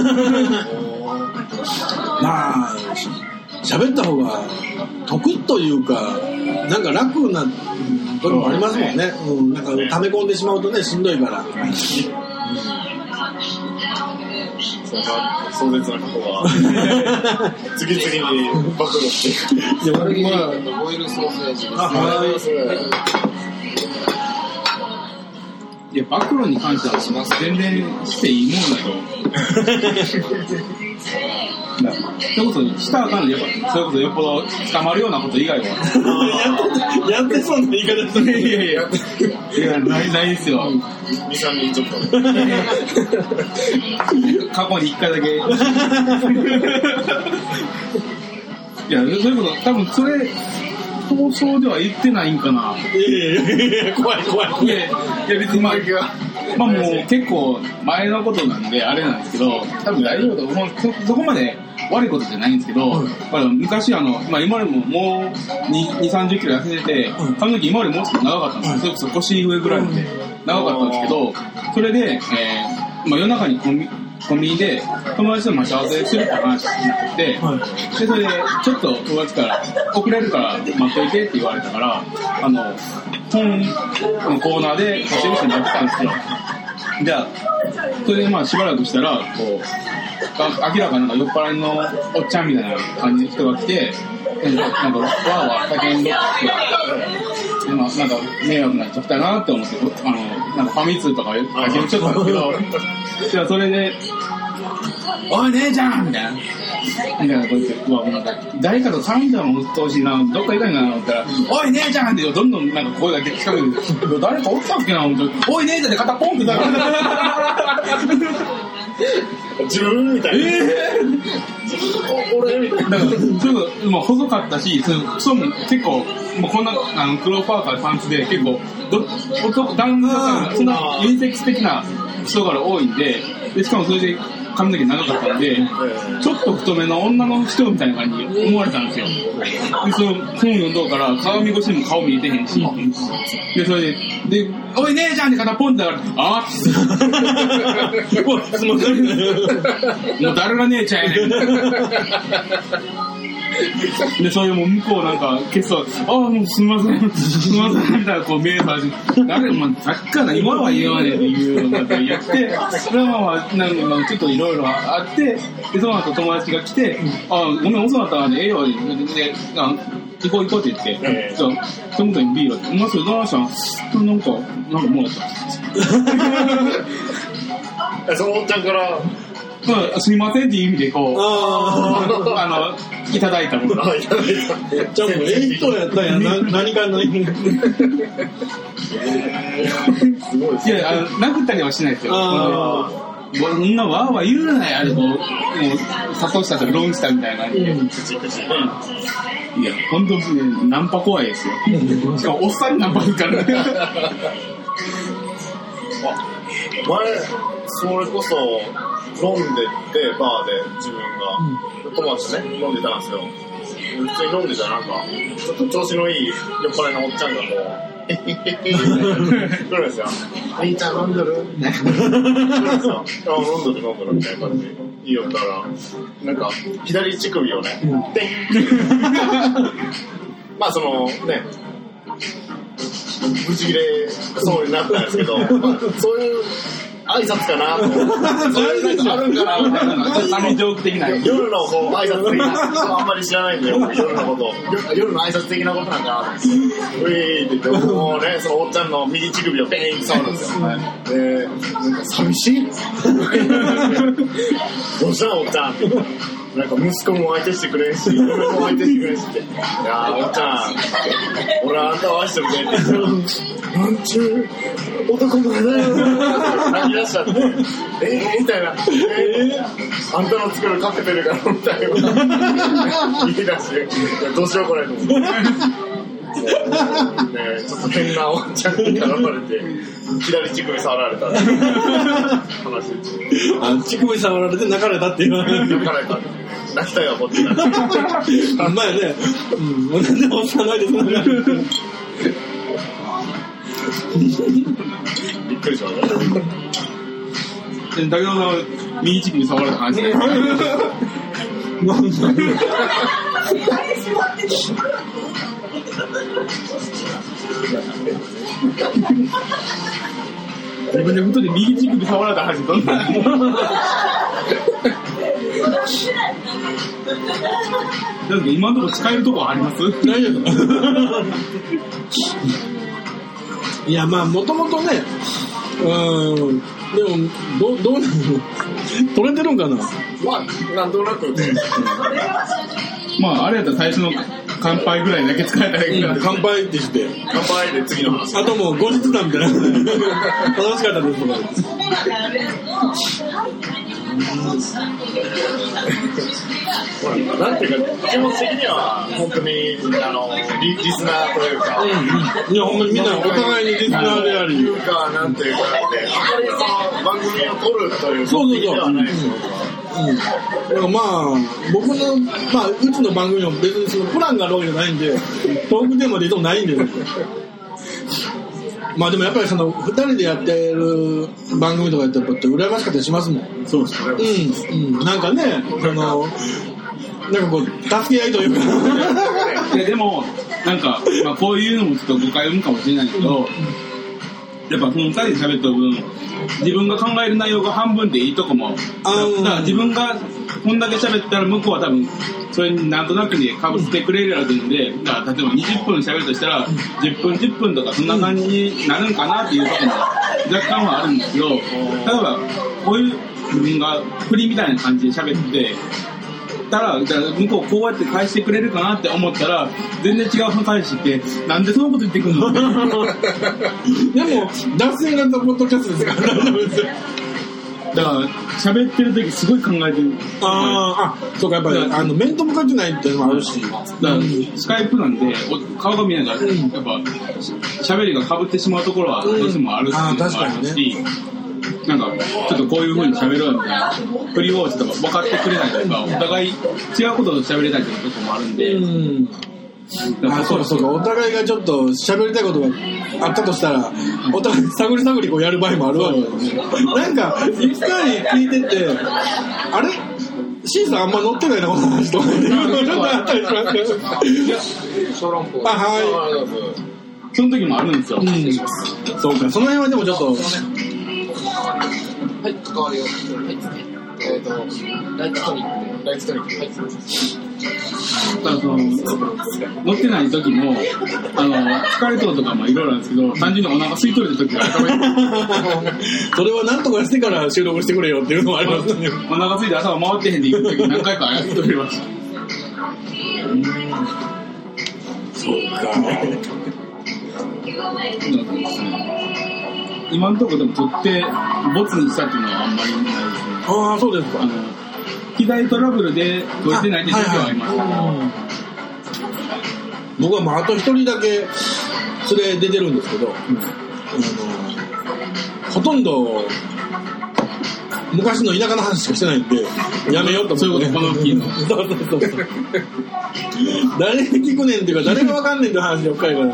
まあ喋った方が得というかなんか楽なところもありますもんね、うん、なんか溜め込んでしまうとねしんどいから、うん、 そんな壮絶なことが次々に暴露していく。 いや、俺はボイルソーセージです。あ、はい。 いや、暴露に関しては全然していいものだと。それこそしたらあかんで、それこそよっぽど捕まるようなこと以外は。 やってそうな言い方する。 いやいやいや、いやないないですよ。 に、さんにんちょっと。 過去にいっかいだけ。いや、そういうこと、多分それ、放送では言ってないんかな。 いやいやいや、怖い怖い怖い。 いや、いや別にまあ、まあもう結構前のことなんであれなんですけど、多分大丈夫だと思う。そ, そこまで悪いことじゃないんですけど、うん、昔あの、まあ今よりももうに、さんじゅっキロ痩せてて、うん、髪の毛今よりもうちょっと長かったんですよ。それこそ腰上ぐらいまで長かったんですけど、それで、えー、まあ夜中にコンビコンビニで友達と待ち合わせするって話になって、はい、でそれでちょっと友達から遅れるから待っといてって言われたからあの本のコーナーで走る人にやってたんですよ。じゃあそれでまあしばらくしたらこう明らかなんか酔っ払いのおっちゃんみたいな感じの人が来てなんかわーわー叫んででまあなんか迷惑になっちゃったなって思ってあのなんかファミ通とか始めちゃったんですけどじゃあそれでおい姉ちゃんみたいなみたいなこう言ってうわなんか誰かと絡んだらもう鬱陶しいなどっかいたいなと思ったらおい姉ちゃんってどんどんなんか声が近くに誰かおったっけな思っておい姉ちゃんって肩ポンってだ自分みたいな、えー、俺みたいなだからちょっともう細かったしそも結構もうこんなあの黒パーカーパンツで結構ど男男性がそんなユニセックス的な人が多いんで、でしかもそれで髪の毛長かったんで、ちょっと太めの女の人みたいな感じに思われたんですよ。で、その本読んどうから鏡越しにも顔見えてへんし、で、それで、で、おい姉ちゃんって肩ポンってだから、あーってもう、すみません。もう誰が姉ちゃんやねん。で、それも向こうなんか、ケツは、ああ、もうすみません、すみません、みたいな、こう、目させて、誰も、さっきから今は言わねえっていうのをやって、それはまあ、なんか、ちょっといろいろあって、で、その後友達が来て、ああ、ごめん、遅かったんで、ええよ、で、あ行こう行こうって言って、えー、じゃあ、その時にビールって、お前それどうしたんなんか、なんかもらった。 そのおっちゃんから、 まあ、すみませんっていう意味でこう、 ああの、いただいたもの。 あ、いただいた。 じゃあもうええ人やったんやな、何かの意味。 すごいですね。 いや、あの、殴ったりはしないですよ。 あこんなわーわー言うなや、こう、もう、サトシたちがロンしたみたいな感じで。 口口で。 いや、ほんと、ナンパ怖いですよ。しかも、おっさんにナンパするからね。 前、それこそ、飲んでって、バーで自分が、友達とね、飲んでたんですよ。普通に飲んでたらなんか、ちょっと調子のいい酔っ払いのおっちゃんがこう、えへへへへって来るんですよ。兄ちゃん飲んどるみたいな。来るんですよ。あ、飲んどる飲んどるみたいな感じで。いいよったら、なんか、左乳首をね、でんまあその、ね、ブチギレそうになったんですけど、まあ、そういう挨拶かなと思って、そういうなんかあるんかなみたいな。 アメジョーク的な。 夜のこう挨拶的な、あんまり知らないんで、夜のこと夜、夜の挨拶的なことなんかなと思って、ウィーって言って、もうね、そのおっちゃんの右乳首をペーンって触るんですよ。で、なんか寂しいどうしたのおっちゃんなんか息子も相手してくれんし、嫁も相手してくれんしって。いやー、おっちゃん、俺はあんたを愛してるねって言ってなんちゅう男前だよ泣き出しちゃって、えーみたいな、えー、あんたの作るカクテルが飲みたいよ言い出して、どうしようこれと思って。ね、ちょっと変なおっちゃんに絡まれて左乳首触られた話あ、乳首触られて泣かれたっていう泣かれた泣きたいわこっちがあんまやね、うん、同じおっさんないですねびっくりしましただけどな、右乳首触られた話ね。自分でふとで右乳首触られた話どんなだって今のところ使えるとこあります大丈夫いやまあもともとねうんでもどどうなの取れてるんかなまあなんとなくねまああれやったら最初の乾杯ぐらいだけ使えたらいいから、 うん、乾杯ってして乾杯で次の話あともう後日談みたいな楽しかったですとかなんていうか気持ち的には本当にあの リ, リスナーというか、 うんうん、いや本当にみんなお互いにリスナーでありいうかなんていうかねあまりその番組を撮るという目的ではないですよ。 うん、だからまあ僕のまあうちの番組も別にそのプランがあるわけじゃないんでトークテーマでいつもないんで、ね、まあでもやっぱりそのふたりでやってる番組とかやってるって羨ましかったりしますもん。 そうですね。 うん、うん、なんかねそのなんかこう助け合いというかいやでもなんか、まあ、こういうのもちょっと誤解を生むかもしれないけど、うんやっぱそのふたりで喋った分自分が考える内容が半分でいいとこもだから自分がこんだけ喋ったら向こうは多分それになんとなくにかぶってくれるやろというんでだから例えばにじゅっぷん喋るとしたらじゅっぷんじゅっぷんとかそんな感じになるんかなっていうところも若干はあるんですけど例えばこういう自分が振りみたいな感じで喋ってたら向こうこうやって返してくれるかなって思ったら全然違う返しってなんでそのこと言ってくるのでも脱線型ポッドキャストですからだから喋ってる時すごい考えてるああそうかやっぱりあの面と向かってないっていうのもあるしだからスカイプなんで顔が見えないから、うん、やっぱ喋りが被ってしまうところはどうしてもあるっていうのもあるし、なんかちょっとこういう風に喋ろうみたいな振りをちょっと分かってくれないとかお互い違うことを喋れないというところもあるんで、うんあそうかそうかお互いがちょっと喋りたいことがあったとしたらお互い探り探りこうやる場合もあるわけですねなんか一回聞いててあれシーさんあんま乗ってないなこの話とかちょっとあったりしますけど小籠包あはいその時もあるんですよ、うん、 そうかその辺はでもちょっとはい関わりをはいえっとライトトニックライトトニックはいだからその乗ってない時もあの疲れとるとかもいろいろなんですけど、単純にお腹空いとる時が頭にそれは何とかしてから収録してくれよっていうのもありますね。 お腹空いて頭回ってへんで行く時何回かやっておりました。 そうか。 今のところでも取ってボツにしたっていうのはあんまりないですね。 ああ、そうですか。 あの機材トラブルで取れてないって時はありました、ね。はいはい、 僕はまああと一人だけ連れ出てるんですけど、うん、あのほとんど昔の田舎の話しかしてないんでやめようと思って、ね、 そういうことこの木のそうそうそうそう誰に聞くねんっていうか誰がわかんねんっていう話ばっかりから。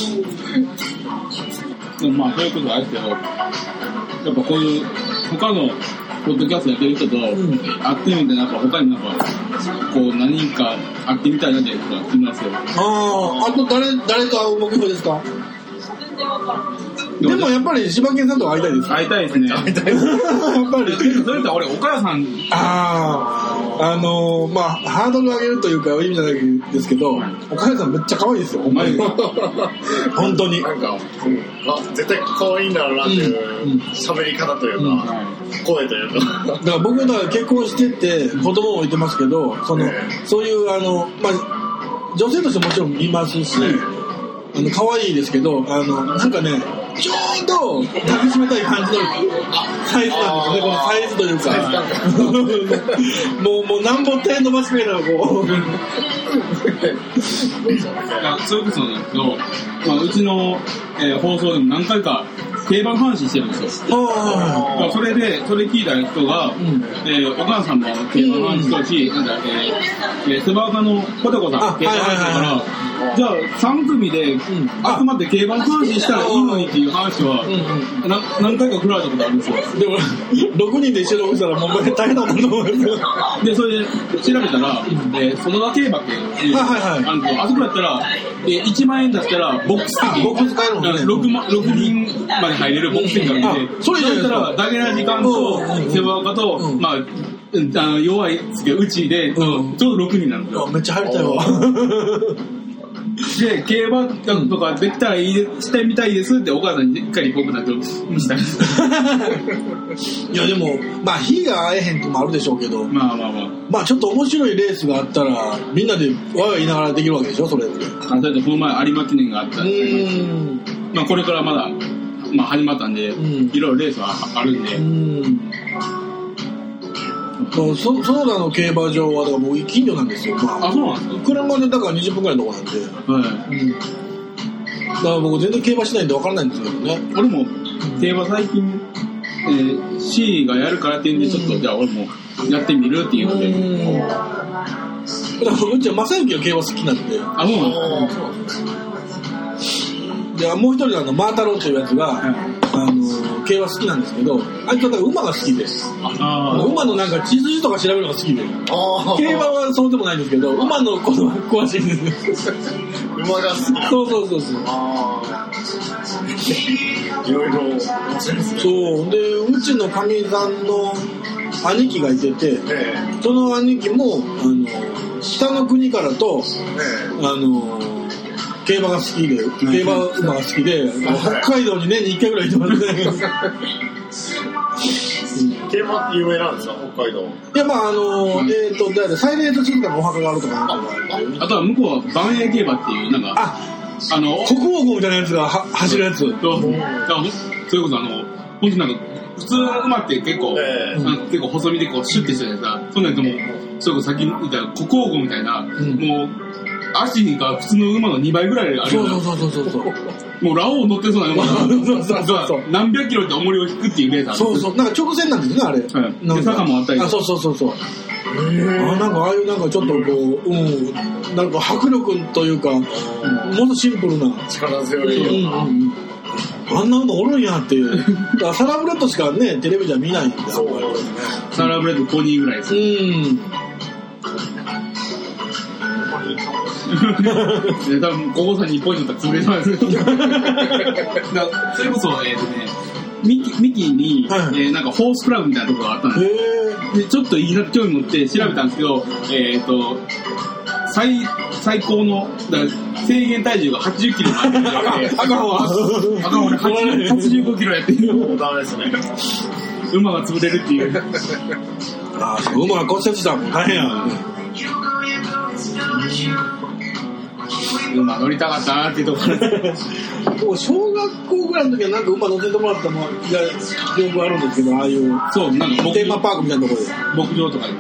でもまあそういうことはあるけど、やっぱこういう他のポッドキャストやってる人と会ってみて、なんか他になんかこう何人か会ってみたいなっていう人がいますよ。 ああ、あと誰誰と会う目標ですか？でもやっぱり柴犬さんと会いたいです。 会いたいですね。会いたい。やっぱり。それと俺岡田さん。 ああ、あのー、まあハードル上げるというか意味じゃないですけど、岡田さんめっちゃ可愛いですよ。ほんまに。本当に。 なんか、うん、絶対可愛いんだろうなっていう喋り方というか、うん、声というか。 だから僕だから結婚してて子供もいてますけど、その、えー、そういうあのまあ女性としてもちろんいますし。えーあの可愛いですけど、あのなんかね、ちょうど抱きしめたい感じのサイズなんですよね。このサイズというか、もうもうなんぼ手伸ばしめたらこう。 それこそなんですけど、まあ、うちの、えー、放送でも何回か競馬の話してるんですよ。あそれでそれ聞いた人が、うんえー、お母さんも競馬の話してるし、うん、なんだえー、スバーカのポテコさん競馬の話だから。じゃあさん組で集まって競馬の話したらいいのにっていう話はな何回か振られたことあるんですよ。 でもろくにんで収録したらもう大変なもんだと思うんですよ。 でそれで調べたら、えー、その場競馬っていう、はいはいはい、あのあそこだったら、えー、いちまんえんだったらボックス席ボックス買えるもんね。 ろく, ろくにんまで入れるボックス席があって、それだったらダゲな時間とセバカと、うん、まああの弱いですけどうちで、うん、ちょうどろくにんなんですよ。 めっちゃ入りたいわ。 で競馬とかできたらいいでしてみたいですってお母さんに一回リポートなってしたいやでもまあ火が合えへんともあるでしょうけど、 まあまあまあまあちょっと面白いレースがあったらみんなでわわ言いながらできるわけでしょそれって。 あそれとこの前有馬記念があったんで、まあこれからまだまあ始まったんで、うん、いろいろレースはあるんで。うんそソーダの競馬場はだからもう近所なんですよ。まあ、 あそうなんですか。 車でだからにじゅっぷんぐらいのとこなんで、はいうん、だから僕全然競馬しないんで分からないんですけどね。 俺も競馬最近、えー、C がやるからっていうんでちょっと、うん、じゃあ俺もやってみるっていうので、うん、だからうちは正幸が競馬好きなんで。 あそうなんですか。 でもう一人のマータローっていうやつが、はい、あの競馬好きなんですけど、あいつは馬が好きで、あ馬のなんか血筋とか調べるのが好きで、あ競馬はそうでもないんですけど、馬のことは詳しいんです馬が好き。 そうそうそうそう。あいろいろ面白いですね。 そうでうちのかみさんの兄貴がいてて、ええ、その兄貴もあの北の国からと、ええ、あの競馬が好きで、競馬馬が好きで、北海道に年にいっかいぐらい行ってますね。競馬って有名なんですか、北海道。 いや、まあ、あの、うん、えっ、ー、と、だいたいサイレント静かのお墓があるとかなんかあ, あとは向こうは万栄競馬っていう、なんか、 あ、あの、国王号みたいなやつがは走るやつ。そう、 それこそあの、本当になんか、普通の馬って結構、えー、なんか結構細身でこうシュッてしてさ、そんなんやともう、それこそさっき言った国王号みたいな、うん、もう、足が普通の馬のにばいぐらいあるよ。 そうそうそうそうそう。 もうラオウ乗ってそうな馬がそうそうそうそう何百キロって重りを引くっていうレースある。 そうそう。なんか直線なんですねあれ。はい。 で坂もあったり。 あそうそうそうそう。あなんかああいうなんかちょっとこううんなんか迫力というか、うん、もっとシンプルな力強いような。うんうんあんな馬おるんやっていう。だからサラブレッドしかねテレビじゃ見ないんで。そうですね。 サラブレッドポニーぐらいです。うん。多分ここさんにポイントだったら潰れそうですだそれこそ、えーとね、ミキ、ミキに、はいえー、なんかホースクラブみたいなところがあったんですよ。 でちょっといいなって興味持って調べたんですけど、えっと、最、最高の、だから制限体重がはちじゅっキロあって、赤穂は、赤穂ははちじゅうごキロやってる。 もうダメですね。 馬が潰れるっていう。 ああ、馬が骨折したらもう大変やん。 馬乗りたかったなっていうところで。 もう小学校ぐらいの時はなんか馬乗せてもらったもん、いや、記憶あるんですけど、ああいう、 そう、なんかテーマパークみたいなところで。 牧場とかで。うん。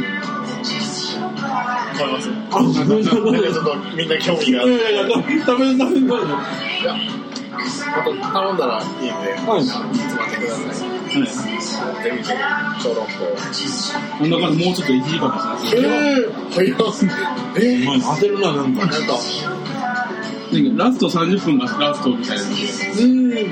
買います。あ、ちょっとみんな興味がある。 いやいやいや、食べ、食べ、食べ。いや、 あと頼んだらいいんで、はい。つまってください。はい。ぜひぜひ、小籠包。 なんだかんだもうちょっといちじかんかしれない。えぇ、早っ。えぇ、焦るな、なんか。 なんか、 ラストさんじゅっぷんがラストみたいな。うーん。なん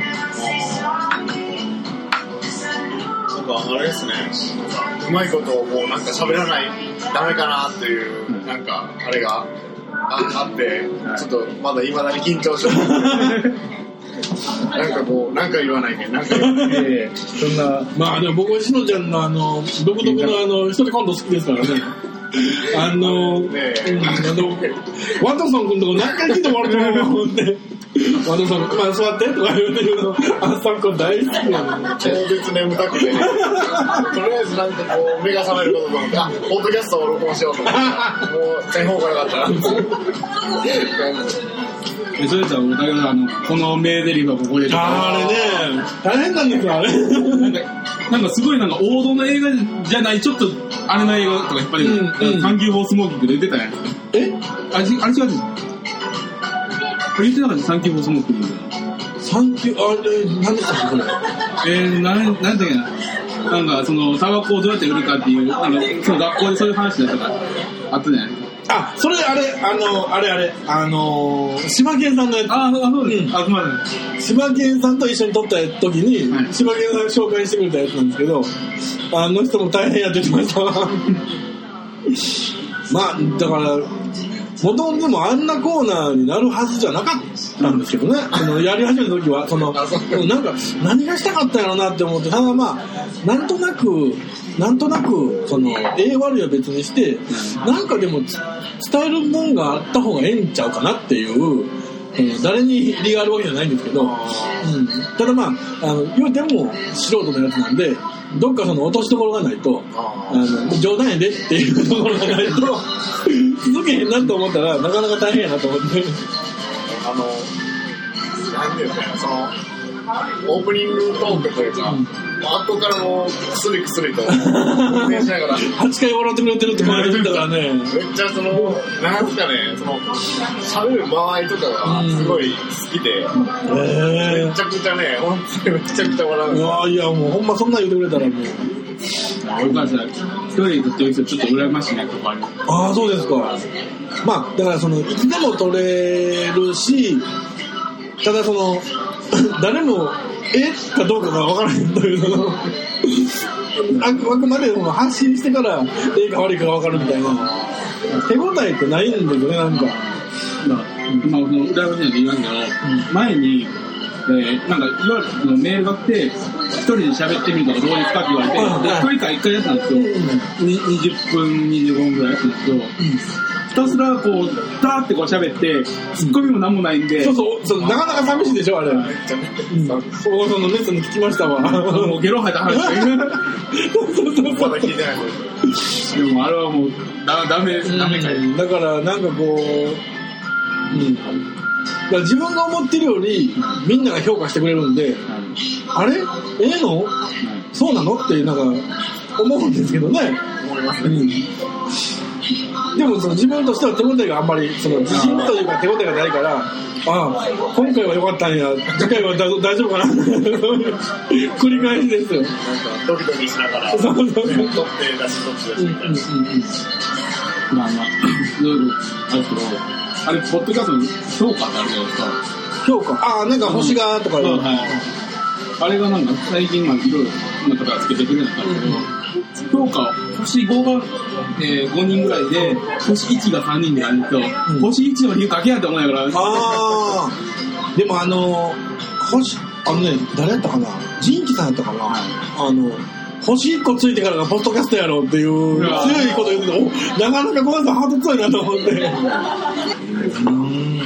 か、あれですね。うまいことをもうなんか喋らない、ダメかなっていう、うん、なんか、あれがあ, あって、ちょっとまだ未だに緊張してる。なんかこう、なんか言わないけど、なんか言わないけど、 そんな、まあでも僕はしのちゃんのあの、独特のあの、一人コント好きですからね。あの、ねえ、うん、あの、ワトソン君とこ何回聞いてもらってるの思って、ワトソン君、まあ座ってとか言うてるの、あっさん君大好きやの。 超絶眠たくて、とりあえずなんかこう、目が覚めることと思って、あ、ポッドキャストを録音しようと思って、もう、全方向よかったな。 え、それじゃあ、だけど、あの、この名台詞はここで。 ああれね、大変なんですよ、あれ。 なんか、なんかすごいなんか王道の映画じゃない、ちょっと、あれの映画とかいっぱい出てる。サンキューフォースモーキングで出てたやん。 えあれ、あれ違うこれ言ってなかったサンキューフォースモーキング。 サンキュー、あれ、何でしたっけ、これ。 えー、なん、なんだっけな。なんか、その、タバコをどうやって売るかっていう、なんか、その学校でそういう話だったから、あったじゃない。 あ、それあれ、あの、あれあれ、あのー、柴犬さんのやつ。 あ、そうです。うん、あ、すみません。 柴犬さんと一緒に撮った時に、はい、柴犬さんが紹介してくれたやつなんですけど、あの人も大変やって言ってました。まあ、だから、もともとでもあんなコーナーになるはずじゃなかったんですけどね。そのやり始めた時は、その、なんか、何がしたかったんやろうなって思って、ただまあ、なんとなく、なんとなく、その、ええ悪いは別にして、なんかでも、伝えるもんがあった方がええんちゃうかなっていう、うん、誰に利があるわけじゃないんですけど、うん、ただまあ、あの、言うても素人のやつなんで、どっかその落としどころがないと、あの、冗談やでっていうところがないと、続けへんなと思ったら、なかなか大変やなと思って。 あの、なんていうか、その、オープニングトークというか、うん後からもうくすりくすりと運転しながらはちかい笑ってくれてるって前で見たからねめっちゃそのなんすかねその喋る場合とかがすごい好きで、うんえー、めちゃくちゃね本当にめちゃくちゃ笑う。 いやいやもうほんまそんなん言ってくれたらもう俺からしたら一人で撮ってる人ちょっと羨ましいなとこある。 ああそうですか。まあだからそのいつでも撮れるしただその誰もえかどうかが分からへんというのあ, あくまでも発信してからええか悪いかが分かるみたいな手応えってないんですよねなんか。 まあ、まあ、羨ましいなって言いますけど、うん、前に、えー、なんかいわゆるメールが来て一人で喋ってみるとかどうですかって言われて、はい、で一人から一回やったんですよ、うん、ににじゅっぷんにじゅうごふんぐらいやったんですけど、うんひたすらこうダーってこう喋ってツッコミもなんもないんで、 そうそうそうなかなか寂しいでしょあれ。めっちゃね、うん、そうそのネットに聞きましたわ。 もうゲロ吐いた話。 そうそうそうまだ聞いてない。 でもあれはもうダダメダメかい、 うん。だからなんかこう、うん。だから自分が思ってるよりみんなが評価してくれるんで、うん、あれええの、うん、そうなのってなんか思うんですけどね。 思いますね。うんでもその自分としては手応えがあんまりその自信というか手応えがないからああ今回は良かったんや次回は大丈夫かな繰り返しですよ。なんかドキドキしながらそうそうそう取って出し取って出しみたいな。 まあまあいろいろあるけどあれポッドキャストの評価ってあるじゃないですか。 評価ああなんか星がとか、うんはい、 あれがなんか最近はいろいろな方がつけてくれるんだけど、うん、評価星ごが、えー、ごにんぐらいで星いちがさんにんであるんですけど、うん、星いちの理由だけやって思いながら。ああでもあの星あのね誰やったかなジンキさんやったかな、はい、あの星いっこついてからがポッドキャストやろうっていう強いこと言ってて、お、なかなかこの人ハート強いなと思って。うーん。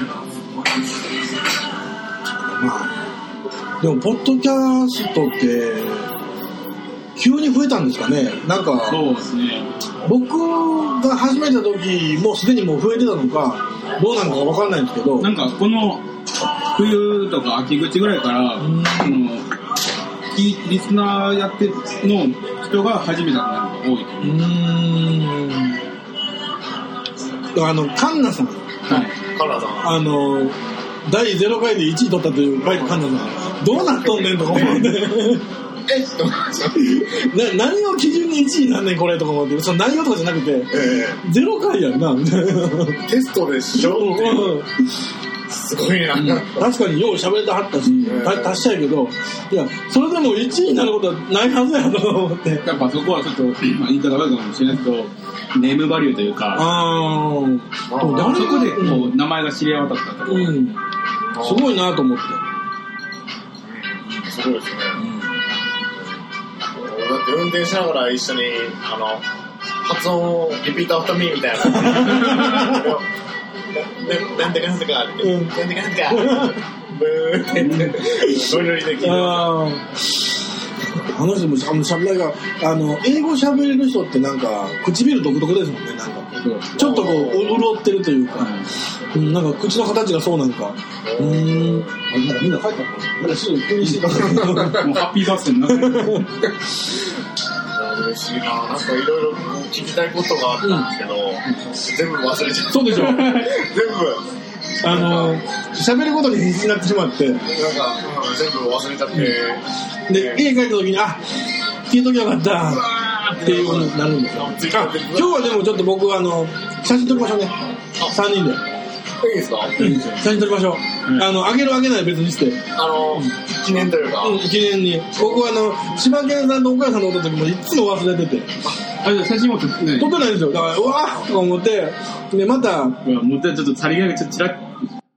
まあ、でもポッドキャストって急に増えたんですかね。なんかそうですね。 僕が始めた時もうすでにもう増えてたのかどうなのかわかんないんですけど、 なんかこの冬とか秋口ぐらいから、あのリスナーやっての人が始めたのが多い。うーん。あのカンナさん、はい、 カンナさん、 あのだいゼロかいでいちい取ったというバイクカンナさん、どうなっとんねんとか思ってえな何を基準にいちいになんねんこれとか思って、その内容とかじゃなくて、えー、ゼロかいやんなテストでしょ、うん、すごいな、うん、 確かによう喋れてはったし、えー、足したいけど、いやそれでもいちいになることはないはずやと思って、 やっぱそこはちょっと、まあ、言い方悪いかもしれないけどネームバリューというか、ああそこでこう名前が知り合わったってこと、うん、 すごいなと思って、 すごいですね、だって運転しながら一緒にあの発音をリピートアフターミーみたいななんてかなんてかってなんてかなんてかブーって言ってノリノリで聞いてます。 あの人もあのしゃべりがあの英語しゃべれる人ってなんか唇独特ですもんね。なんかちょっとこう潤ってるというか、うん、なんか口の形がそうなんか、うーん、なんかみんな帰ったのまだすぐ急にしてたもうハッピーバースデーになってる嬉しいな。なんかいろいろ聞きたいことがあったんですけど、うん、全部忘れちゃった。 そうでしょ全部あの喋ることに必死になってしまって、なんか、 うん、全部忘れちゃって、 うん、で家帰った時にあ聞いときゃよかったっていう風になるんですよ。今日はでもちょっと僕あの写真撮りましょうね。さんにんで。 いいですか？ いいですよ。写真撮りましょう。うん、あのあげるあげない別にして。 あの、うん、記念というか。 うん、記念に。僕はあの柴犬さんとお母さんのおった時もいつも忘れてて。 あれ写真も撮ってない。 撮ってないんですよ。だからうわーとか思ってでまた。 もうちょっとさりげなくちょっとちらっ